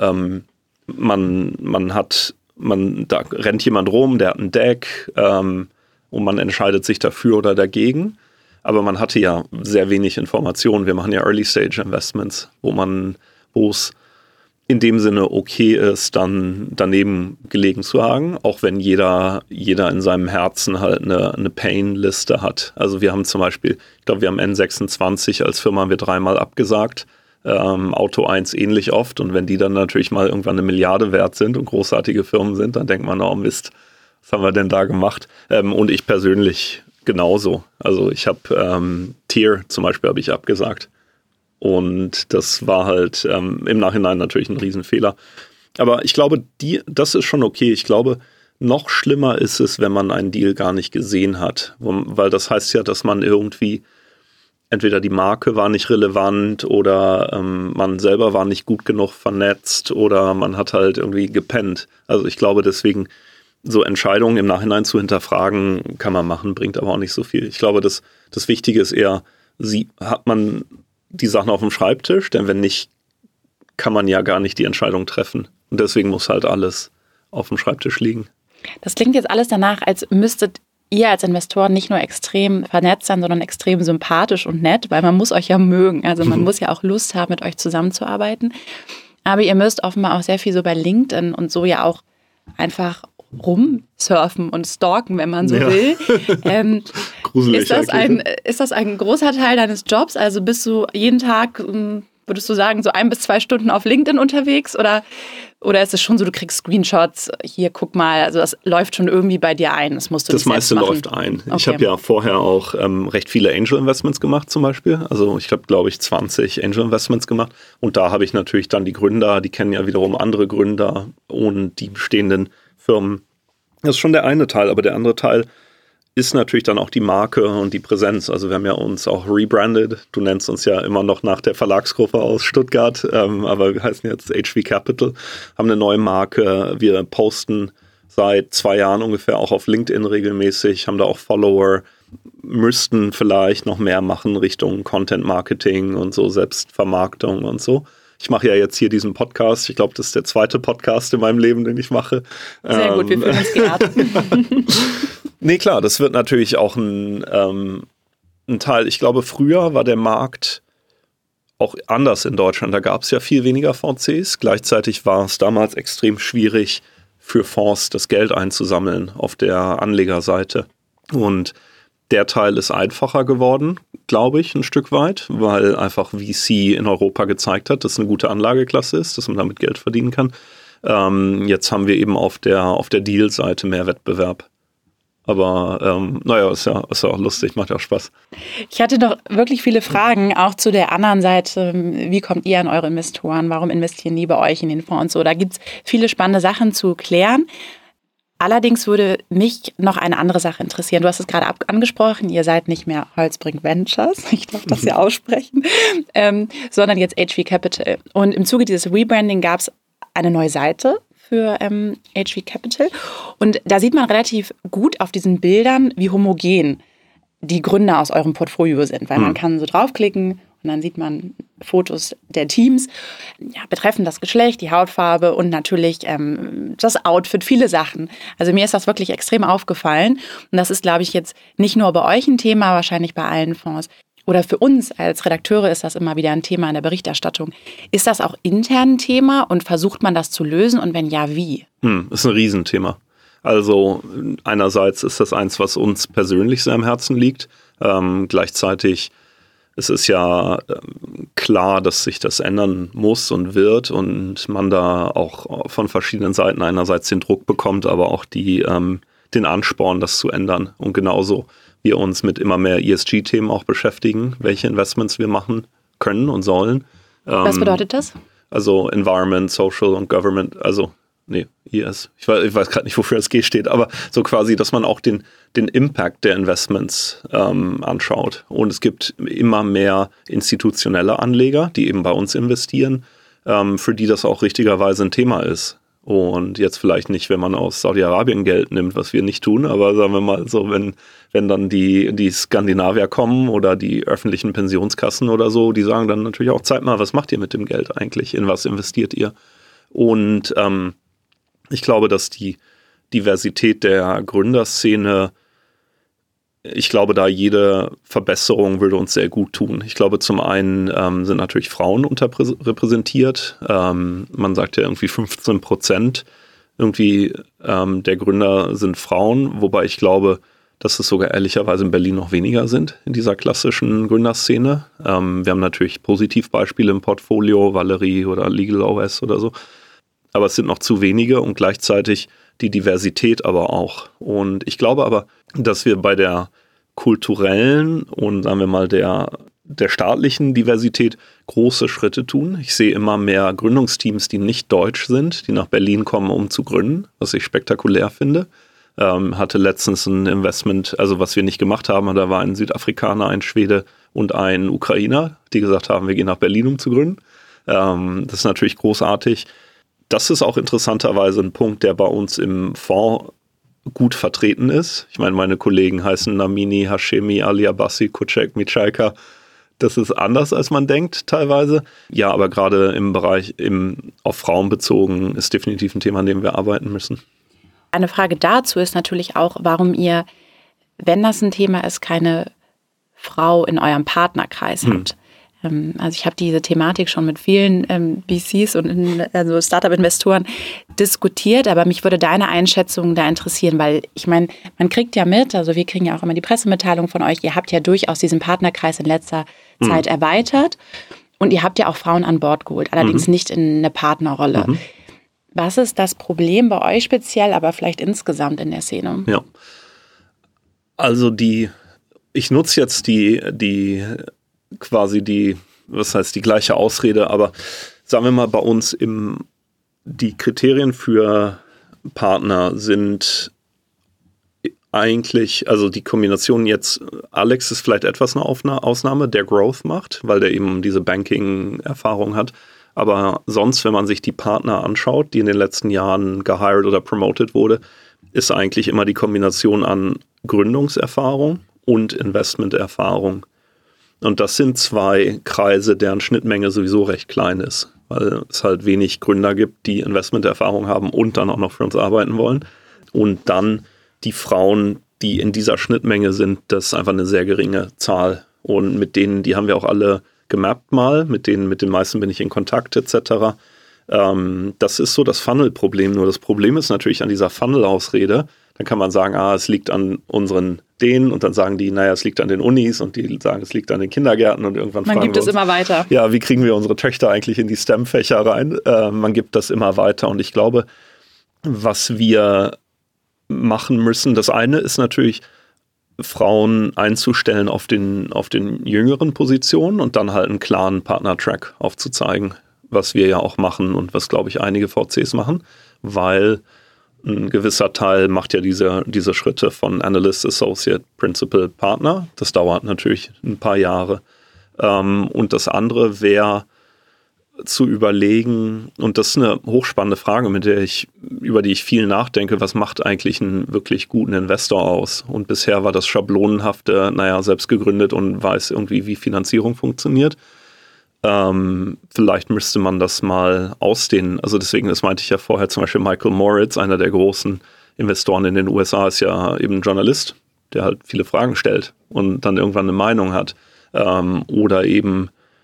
da rennt jemand rum, der hat ein Deck und man entscheidet sich dafür oder dagegen. Aber man hatte ja sehr wenig Informationen. Wir machen ja Early-Stage-Investments, wo es in dem Sinne okay ist, dann daneben gelegen zu haben, auch wenn jeder in seinem Herzen halt eine Pain-Liste hat. Also wir haben zum Beispiel, ich glaube, wir haben N26 als Firma haben wir 3-mal abgesagt, Auto 1 ähnlich oft. Und wenn die dann natürlich mal irgendwann 1 Milliarde wert sind und großartige Firmen sind, dann denkt man, oh Mist, was haben wir denn da gemacht? Und ich persönlich genauso. Also ich habe Tier zum Beispiel habe ich abgesagt. Und das war halt im Nachhinein natürlich ein Riesenfehler. Aber ich glaube, das ist schon okay. Ich glaube, noch schlimmer ist es, wenn man einen Deal gar nicht gesehen hat. Weil das heißt ja, dass man irgendwie, entweder die Marke war nicht relevant oder man selber war nicht gut genug vernetzt oder man hat halt irgendwie gepennt. Also ich glaube deswegen, so Entscheidungen im Nachhinein zu hinterfragen, kann man machen, bringt aber auch nicht so viel. Ich glaube, das Wichtige ist eher, hat man die Sachen auf dem Schreibtisch, denn wenn nicht, kann man ja gar nicht die Entscheidung treffen. Und deswegen muss halt alles auf dem Schreibtisch liegen. Das klingt jetzt alles danach, als müsstet ihr als Investoren nicht nur extrem vernetzt sein, sondern extrem sympathisch und nett, weil man muss euch ja mögen. Also man muss ja auch Lust haben, mit euch zusammenzuarbeiten. Aber ihr müsst offenbar auch sehr viel so bei LinkedIn und so ja auch einfach rumsurfen und stalken, wenn man so will. Gruselig ist das ein großer Teil deines Jobs? Also bist du jeden Tag, würdest du sagen, so 1 bis 2 Stunden auf LinkedIn unterwegs? Oder ist es schon so, du kriegst Screenshots, hier, guck mal, also das läuft schon irgendwie bei dir ein, das musst du nicht selbst machen. Das meiste läuft ein. Okay. Ich habe ja vorher auch recht viele Angel Investments gemacht zum Beispiel. Also ich habe, glaube ich, 20 Angel Investments gemacht. Und da habe ich natürlich dann die Gründer, die kennen ja wiederum andere Gründer und die bestehenden Firmen. Das ist schon der eine Teil, aber der andere Teil ist natürlich dann auch die Marke und die Präsenz. Also wir haben ja uns auch rebrandet. Du nennst uns ja immer noch nach der Verlagsgruppe aus Stuttgart, aber wir heißen jetzt HV Capital, haben eine neue Marke. Wir posten seit 2 Jahren ungefähr auch auf LinkedIn regelmäßig, haben da auch Follower, müssten vielleicht noch mehr machen Richtung Content Marketing und so, Selbstvermarktung und so. Ich mache ja jetzt hier diesen Podcast. Ich glaube, das ist der 2. Podcast in meinem Leben, den ich mache. Sehr gut, wir fühlen uns geehrt. Nee, klar, das wird natürlich auch ein Teil. Ich glaube, früher war der Markt auch anders in Deutschland. Da gab es ja viel weniger VCs. Gleichzeitig war es damals extrem schwierig für Fonds das Geld einzusammeln auf der Anlegerseite. Und der Teil ist einfacher geworden, glaube ich, ein Stück weit, weil einfach VC in Europa gezeigt hat, dass es eine gute Anlageklasse ist, dass man damit Geld verdienen kann. Jetzt haben wir eben auf der Deal-Seite mehr Wettbewerb. Aber ist ja auch lustig, macht ja auch Spaß. Ich hatte noch wirklich viele Fragen, auch zu der anderen Seite. Wie kommt ihr an eure Investoren? Warum investieren die bei euch in den Fonds und so? Da gibt es viele spannende Sachen zu klären. Allerdings würde mich noch eine andere Sache interessieren. Du hast es gerade angesprochen, ihr seid nicht mehr Holzbrink Ventures, ich darf das ja aussprechen, sondern jetzt HV Capital. Und im Zuge dieses Rebranding gab es eine neue Seite für HV Capital. Und da sieht man relativ gut auf diesen Bildern, wie homogen die Gründer aus eurem Portfolio sind. Weil man kann so draufklicken und dann sieht man Fotos der Teams, ja, betreffend das Geschlecht, die Hautfarbe und natürlich das Outfit, viele Sachen. Also mir ist das wirklich extrem aufgefallen. Und das ist, glaube ich, jetzt nicht nur bei euch ein Thema, wahrscheinlich bei allen Fonds. Oder für uns als Redakteure ist das immer wieder ein Thema in der Berichterstattung. Ist das auch intern ein Thema und versucht man das zu lösen und wenn ja, wie? Ist ein Riesenthema. Also einerseits ist das eins, was uns persönlich sehr am Herzen liegt. Gleichzeitig ist es ja klar, dass sich das ändern muss und wird und man da auch von verschiedenen Seiten einerseits den Druck bekommt, aber auch den Ansporn, das zu ändern. Und genauso wir uns mit immer mehr ESG-Themen auch beschäftigen, welche Investments wir machen können und sollen. Was bedeutet das? Also Environment, Social und Government, ES. Ich weiß gerade nicht, wofür das G steht, aber so quasi, dass man auch den Impact der Investments anschaut. Und es gibt immer mehr institutionelle Anleger, die eben bei uns investieren, für die das auch richtigerweise ein Thema ist. Und jetzt vielleicht nicht, wenn man aus Saudi-Arabien Geld nimmt, was wir nicht tun, aber sagen wir mal so, wenn dann die Skandinavier kommen oder die öffentlichen Pensionskassen oder so, die sagen dann natürlich auch, zeigt mal, was macht ihr mit dem Geld eigentlich? In was investiert ihr? Und ich glaube, dass die Diversität der Gründerszene, ich glaube, da jede Verbesserung würde uns sehr gut tun. Ich glaube, zum einen sind natürlich Frauen unterrepräsentiert. Man sagt ja irgendwie 15% irgendwie der Gründer sind Frauen, wobei ich glaube, dass es sogar ehrlicherweise in Berlin noch weniger sind in dieser klassischen Gründerszene. Wir haben natürlich Positivbeispiele im Portfolio, Valerie oder Legal OS oder so. Aber es sind noch zu wenige und gleichzeitig die Diversität aber auch. Und ich glaube aber, dass wir bei der kulturellen und sagen wir mal der staatlichen Diversität große Schritte tun. Ich sehe immer mehr Gründungsteams, die nicht deutsch sind, die nach Berlin kommen, um zu gründen, was ich spektakulär finde. Hatte letztens ein Investment, also was wir nicht gemacht haben, da war ein Südafrikaner, ein Schwede und ein Ukrainer, die gesagt haben, wir gehen nach Berlin, um zu gründen. Das ist natürlich großartig. Das ist auch interessanterweise ein Punkt, der bei uns im Fonds gut vertreten ist. Ich meine, meine Kollegen heißen Namini, Hashemi, Ali Abbasi, Kucek, Michalka. Das ist anders, als man denkt teilweise. Ja, aber gerade im Bereich auf Frauen bezogen ist definitiv ein Thema, an dem wir arbeiten müssen. Eine Frage dazu ist natürlich auch, warum ihr, wenn das ein Thema ist, keine Frau in eurem Partnerkreis habt. Also ich habe diese Thematik schon mit vielen VCs und also Startup-Investoren diskutiert, aber mich würde deine Einschätzung da interessieren, weil ich meine, man kriegt ja mit, also wir kriegen ja auch immer die Pressemitteilung von euch, ihr habt ja durchaus diesen Partnerkreis in letzter Zeit erweitert und ihr habt ja auch Frauen an Bord geholt, allerdings nicht in eine Partnerrolle. Was ist das Problem bei euch speziell, aber vielleicht insgesamt in der Szene? Ja, also ich nutze jetzt die gleiche Ausrede, aber sagen wir mal, bei uns die Kriterien für Partner sind eigentlich, also die Kombination jetzt, Alex ist vielleicht etwas eine Ausnahme, der Growth macht, weil der eben diese Banking-Erfahrung hat. Aber sonst, wenn man sich die Partner anschaut, die in den letzten Jahren gehired oder promoted wurde, ist eigentlich immer die Kombination an Gründungserfahrung und Investmenterfahrung. Und das sind zwei Kreise, deren Schnittmenge sowieso recht klein ist, weil es halt wenig Gründer gibt, die Investmenterfahrung haben und dann auch noch für uns arbeiten wollen. Und dann die Frauen, die in dieser Schnittmenge sind, das ist einfach eine sehr geringe Zahl. Und mit denen, die haben wir auch alle gemappt mal, mit den meisten bin ich in Kontakt etc. Das ist so das Funnel-Problem. Nur das Problem ist natürlich an dieser Funnel-Ausrede, dann kann man sagen, es liegt an denen und dann sagen die, naja, es liegt an den Unis und die sagen, es liegt an den Kindergärten und irgendwann man gibt es immer weiter. Ja, wie kriegen wir unsere Töchter eigentlich in die STEM-Fächer rein? Man gibt das immer weiter und ich glaube, was wir machen müssen, das eine ist natürlich, Frauen einzustellen auf den jüngeren Positionen und dann halt einen klaren Partner-Track aufzuzeigen, was wir ja auch machen und was, glaube ich, einige VCs machen, weil ein gewisser Teil macht ja diese Schritte von Analyst, Associate, Principal, Partner. Das dauert natürlich ein paar Jahre. Und das andere wäre zu überlegen, und das ist eine hochspannende Frage, über die ich viel nachdenke, was macht eigentlich einen wirklich guten Investor aus? Und bisher war das schablonenhafte, selbst gegründet und weiß irgendwie, wie Finanzierung funktioniert. Vielleicht müsste man das mal ausdehnen. Also deswegen, das meinte ich ja vorher, zum Beispiel Michael Moritz, einer der großen Investoren in den USA, ist ja eben ein Journalist, der halt viele Fragen stellt und dann irgendwann eine Meinung hat. Oder eben,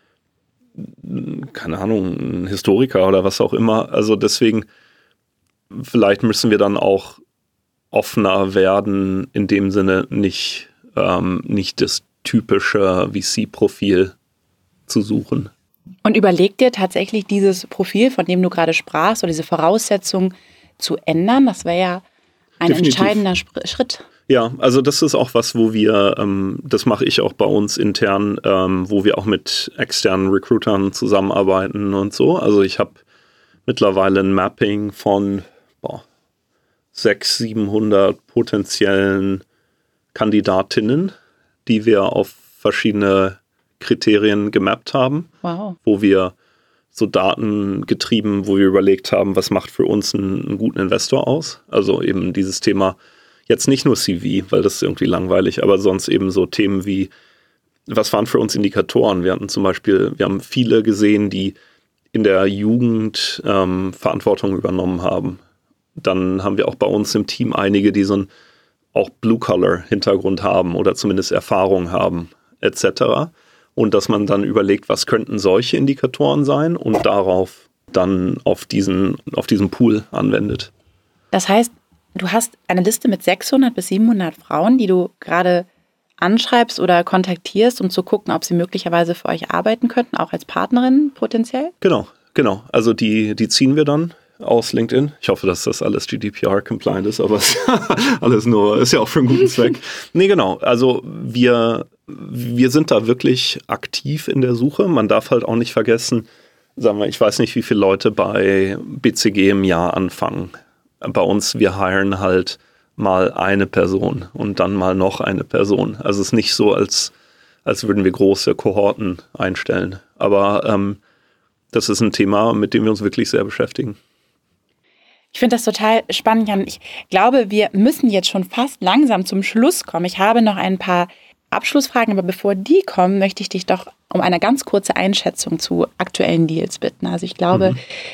keine Ahnung, ein Historiker oder was auch immer. Also deswegen, vielleicht müssen wir dann auch offener werden, in dem Sinne nicht das typische VC-Profil zu suchen. Und überleg dir tatsächlich dieses Profil, von dem du gerade sprachst, oder diese Voraussetzung zu ändern? Das wäre ja ein Definitiv. Entscheidender Schritt. Ja, also das ist auch was, wo wir, das mache ich auch bei uns intern, wo wir auch mit externen Recruitern zusammenarbeiten und so. Also ich habe mittlerweile ein Mapping von 600, 700 potenziellen Kandidatinnen, die wir auf verschiedene Kriterien gemappt haben, wo wir so datengetrieben, wo wir überlegt haben, was macht für uns einen guten Investor aus. Also eben dieses Thema, jetzt nicht nur CV, weil das ist irgendwie langweilig, aber sonst eben so Themen wie, was waren für uns Indikatoren? Wir haben viele gesehen, die in der Jugend Verantwortung übernommen haben. Dann haben wir auch bei uns im Team einige, die so einen auch Blue-Collar-Hintergrund haben oder zumindest Erfahrung haben, etc. Und dass man dann überlegt, was könnten solche Indikatoren sein und darauf dann auf diesen Pool anwendet. Das heißt, du hast eine Liste mit 600 bis 700 Frauen, die du gerade anschreibst oder kontaktierst, um zu gucken, ob sie möglicherweise für euch arbeiten könnten, auch als Partnerin potenziell? Genau. Also die ziehen wir dann aus LinkedIn. Ich hoffe, dass das alles GDPR-compliant ist, aber ist ja auch für einen guten Zweck. Nee, genau. Also wir sind da wirklich aktiv in der Suche. Man darf halt auch nicht vergessen, sagen wir, ich weiß nicht, wie viele Leute bei BCG im Jahr anfangen. Bei uns, wir hiren halt mal eine Person und dann mal noch eine Person. Also es ist nicht so, als würden wir große Kohorten einstellen. Aber das ist ein Thema, mit dem wir uns wirklich sehr beschäftigen. Ich finde das total spannend, Jan. Ich glaube, wir müssen jetzt schon fast langsam zum Schluss kommen. Ich habe noch ein paar Abschlussfragen, aber bevor die kommen, möchte ich dich doch um eine ganz kurze Einschätzung zu aktuellen Deals bitten. Also ich glaube,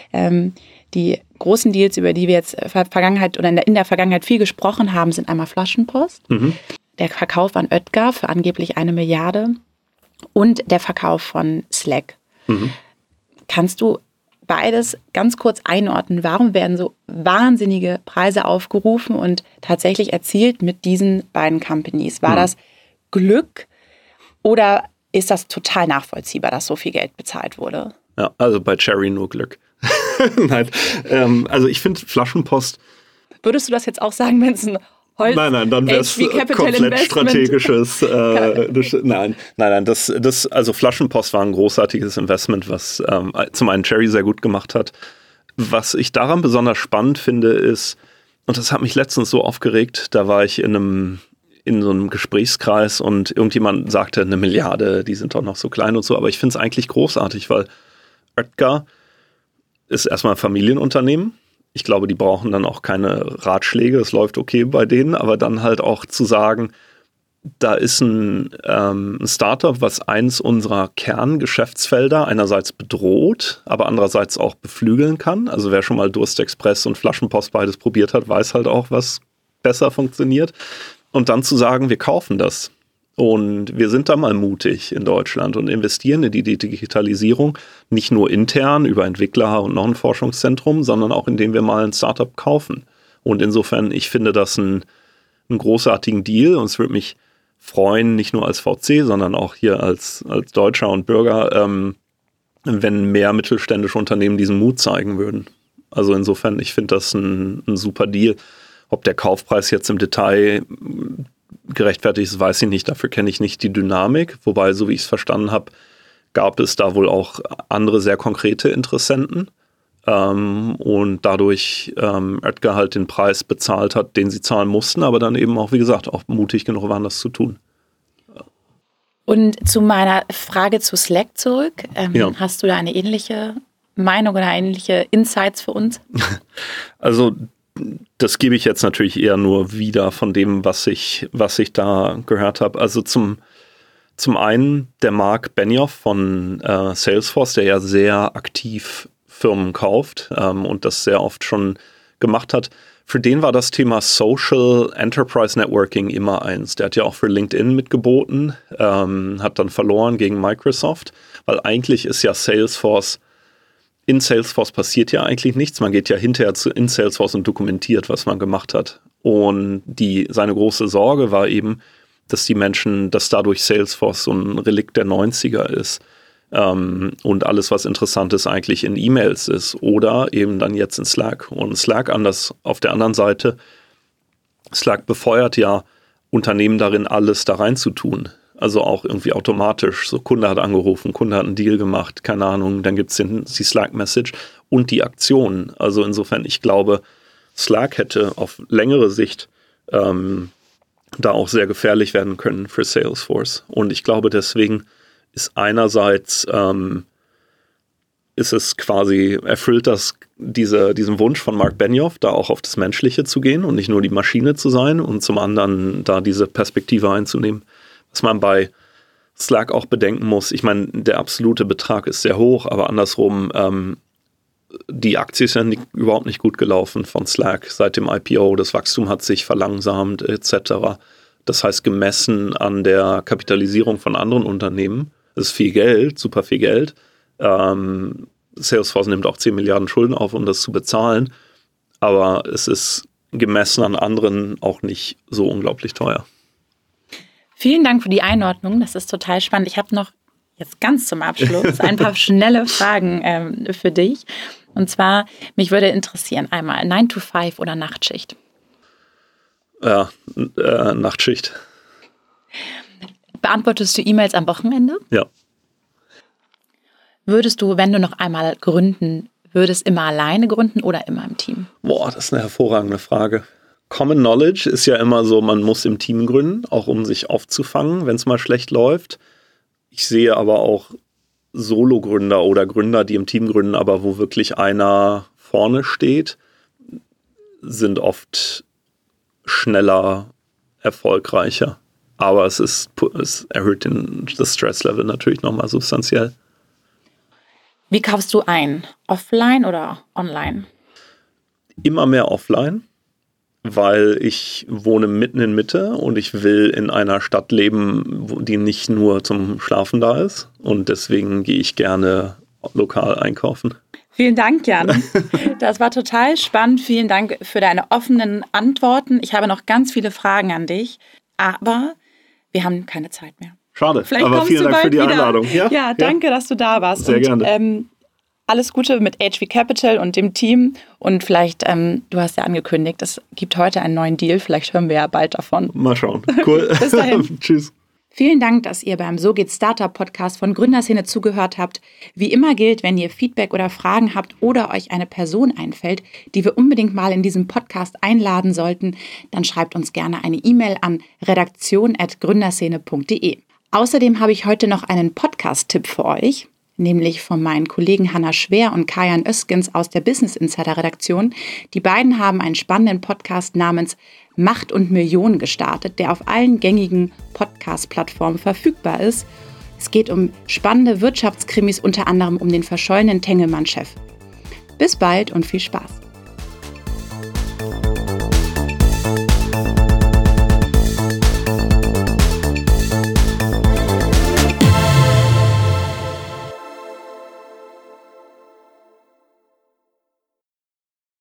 die großen Deals, über die wir jetzt in der Vergangenheit viel gesprochen haben, sind einmal Flaschenpost, der Verkauf an Oetker für angeblich 1 Milliarde und der Verkauf von Slack. Kannst du beides ganz kurz einordnen? Warum werden so wahnsinnige Preise aufgerufen und tatsächlich erzielt mit diesen beiden Companies? War das Glück oder ist das total nachvollziehbar, dass so viel Geld bezahlt wurde? Ja, also bei Cherry nur Glück. Nein, also ich finde Flaschenpost. Würdest du das jetzt auch sagen, wenn es ein Nein, dann wäre es komplett strategisches. Nein, also Flaschenpost war ein großartiges Investment, was zum einen Cherry sehr gut gemacht hat. Was ich daran besonders spannend finde, ist, und das hat mich letztens so aufgeregt, da war ich in so einem Gesprächskreis und irgendjemand sagte, 1 Milliarde, die sind doch noch so klein und so, aber ich finde es eigentlich großartig, weil Oetker ist erstmal ein Familienunternehmen. Ich glaube, die brauchen dann auch keine Ratschläge, es läuft okay bei denen, aber dann halt auch zu sagen, da ist ein Startup, was eins unserer Kerngeschäftsfelder einerseits bedroht, aber andererseits auch beflügeln kann. Also wer schon mal Durstexpress und Flaschenpost beides probiert hat, weiß halt auch, was besser funktioniert. Und dann zu sagen, wir kaufen das. Und wir sind da mal mutig in Deutschland und investieren in die Digitalisierung, nicht nur intern über Entwickler und noch ein Forschungszentrum, sondern auch indem wir mal ein Startup kaufen. Und insofern, ich finde das einen großartigen Deal und es würde mich freuen, nicht nur als VC, sondern auch hier als Deutscher und Bürger, wenn mehr mittelständische Unternehmen diesen Mut zeigen würden. Also insofern, ich finde das ein super Deal. Ob der Kaufpreis jetzt im Detail gerechtfertigt ist, weiß ich nicht. Dafür kenne ich nicht die Dynamik. Wobei, so wie ich es verstanden habe, gab es da wohl auch andere sehr konkrete Interessenten. Und dadurch Oetker halt den Preis bezahlt hat, den sie zahlen mussten, aber dann eben auch, wie gesagt, auch mutig genug waren, das zu tun. Und zu meiner Frage zu Slack zurück. Hast du da eine ähnliche Meinung oder ähnliche Insights für uns? Also das gebe ich jetzt natürlich eher nur wieder von dem, was ich da gehört habe. Also zum einen der Mark Benioff von Salesforce, der ja sehr aktiv Firmen kauft und das sehr oft schon gemacht hat. Für den war das Thema Social Enterprise Networking immer eins. Der hat ja auch für LinkedIn mitgeboten, hat dann verloren gegen Microsoft, weil eigentlich ist ja in Salesforce passiert ja eigentlich nichts. Man geht ja hinterher in Salesforce und dokumentiert, was man gemacht hat. Und seine große Sorge war eben, dass dass dadurch Salesforce so ein Relikt der 90er ist. Und alles, was interessant ist, eigentlich in E-Mails ist oder eben dann jetzt in Slack. Und Slack anders auf der anderen Seite, Slack befeuert ja Unternehmen darin, alles da rein zu tun. Also auch irgendwie automatisch. So, Kunde hat angerufen, Kunde hat einen Deal gemacht, keine Ahnung, dann gibt es die Slack-Message und die Aktionen. Also insofern, ich glaube, Slack hätte auf längere Sicht da auch sehr gefährlich werden können für Salesforce. Und ich glaube, deswegen ist einerseits, ist es quasi, erfüllt das diesen Wunsch von Mark Benioff, da auch auf das Menschliche zu gehen und nicht nur die Maschine zu sein und zum anderen da diese Perspektive einzunehmen. Was man bei Slack auch bedenken muss, ich meine, der absolute Betrag ist sehr hoch, aber andersrum, die Aktie ist ja überhaupt nicht gut gelaufen von Slack seit dem IPO. Das Wachstum hat sich verlangsamt etc. Das heißt, gemessen an der Kapitalisierung von anderen Unternehmen, das ist viel Geld, super viel Geld. Salesforce nimmt auch 10 Milliarden Schulden auf, um das zu bezahlen. Aber es ist gemessen an anderen auch nicht so unglaublich teuer. Vielen Dank für die Einordnung. Das ist total spannend. Ich habe noch jetzt ganz zum Abschluss ein paar schnelle Fragen für dich. Und zwar, mich würde interessieren, einmal 9 to 5 oder Nachtschicht? Ja, Nachtschicht. Beantwortest du E-Mails am Wochenende? Ja. Würdest du, wenn du noch einmal gründen würdest, immer alleine gründen oder immer im Team? Boah, das ist eine hervorragende Frage. Common Knowledge ist ja immer so, man muss im Team gründen, auch um sich aufzufangen, wenn es mal schlecht läuft. Ich sehe aber auch Solo-Gründer oder Gründer, die im Team gründen, aber wo wirklich einer vorne steht, sind oft schneller, erfolgreicher. Aber es erhöht das Stresslevel natürlich nochmal substanziell. Wie kaufst du ein? Offline oder online? Immer mehr offline, weil ich wohne mitten in Mitte und ich will in einer Stadt leben, die nicht nur zum Schlafen da ist. Und deswegen gehe ich gerne lokal einkaufen. Vielen Dank, Jan. Das war total spannend. Vielen Dank für deine offenen Antworten. Ich habe noch ganz viele Fragen an dich, aber wir haben keine Zeit mehr. Schade, vielleicht aber vielen Dank für die Einladung. Ja, danke, dass du da warst. Sehr gerne. Alles Gute mit HV Capital und dem Team. Und vielleicht, du hast ja angekündigt, es gibt heute einen neuen Deal. Vielleicht hören wir ja bald davon. Mal schauen. Cool. Bis dahin. Tschüss. Vielen Dank, dass ihr beim So geht's Startup Podcast von Gründerszene zugehört habt. Wie immer gilt, wenn ihr Feedback oder Fragen habt oder euch eine Person einfällt, die wir unbedingt mal in diesem Podcast einladen sollten, dann schreibt uns gerne eine E-Mail an redaktion@gründerszene.de. Außerdem habe ich heute noch einen Podcast-Tipp für euch, nämlich von meinen Kollegen Hanna Schwer und Kajan Öskens aus der Business Insider Redaktion. Die beiden haben einen spannenden Podcast namens Macht und Millionen gestartet, der auf allen gängigen Podcast-Plattformen verfügbar ist. Es geht um spannende Wirtschaftskrimis, unter anderem um den verschollenen Tengelmann-Chef. Bis bald und viel Spaß!